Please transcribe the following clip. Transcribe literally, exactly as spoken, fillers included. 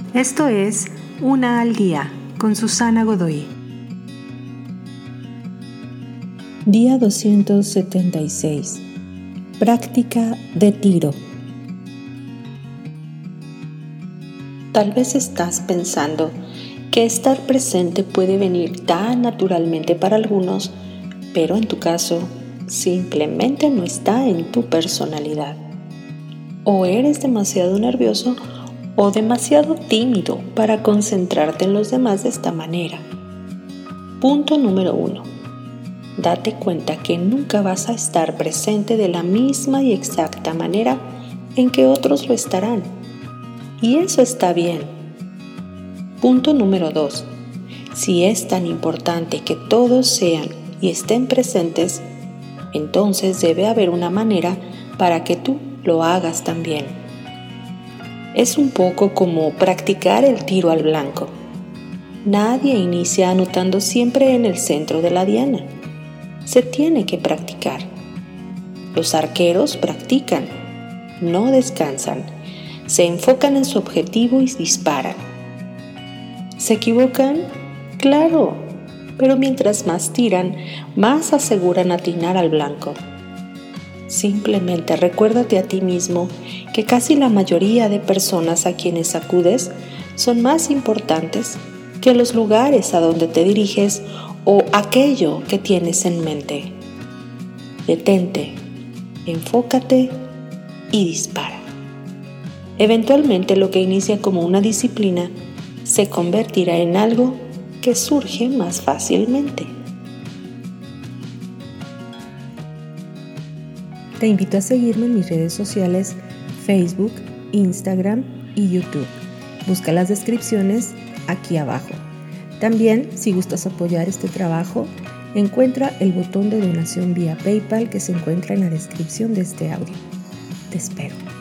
Esto es Una al Día con Susana Godoy. Día doscientos setenta y seis. Práctica de tiro. Tal vez estás pensando que estar presente puede venir tan naturalmente para algunos, pero en tu caso simplemente no está en tu personalidad. O eres demasiado nervioso o demasiado tímido para concentrarte en los demás de esta manera. Punto número uno. Date cuenta que nunca vas a estar presente de la misma y exacta manera en que otros lo estarán. Y eso está bien. Punto número dos. Si es tan importante que todos sean y estén presentes, entonces debe haber una manera para que tú lo hagas también. Es un poco como practicar el tiro al blanco. Nadie inicia anotando siempre en el centro de la diana. Se tiene que practicar. Los arqueros practican, no descansan, se enfocan en su objetivo y disparan. ¿Se equivocan? Claro, pero mientras más tiran, más aseguran atinar al blanco. Simplemente recuérdate a ti mismo que casi la mayoría de personas a quienes acudes son más importantes que los lugares a donde te diriges o aquello que tienes en mente. Detente, enfócate y dispara. Eventualmente lo que inicia como una disciplina se convertirá en algo que surge más fácilmente. Te invito a seguirme en mis redes sociales Facebook, Instagram y YouTube. Busca las descripciones aquí abajo. También, si gustas apoyar este trabajo, encuentra el botón de donación vía PayPal que se encuentra en la descripción de este audio. Te espero.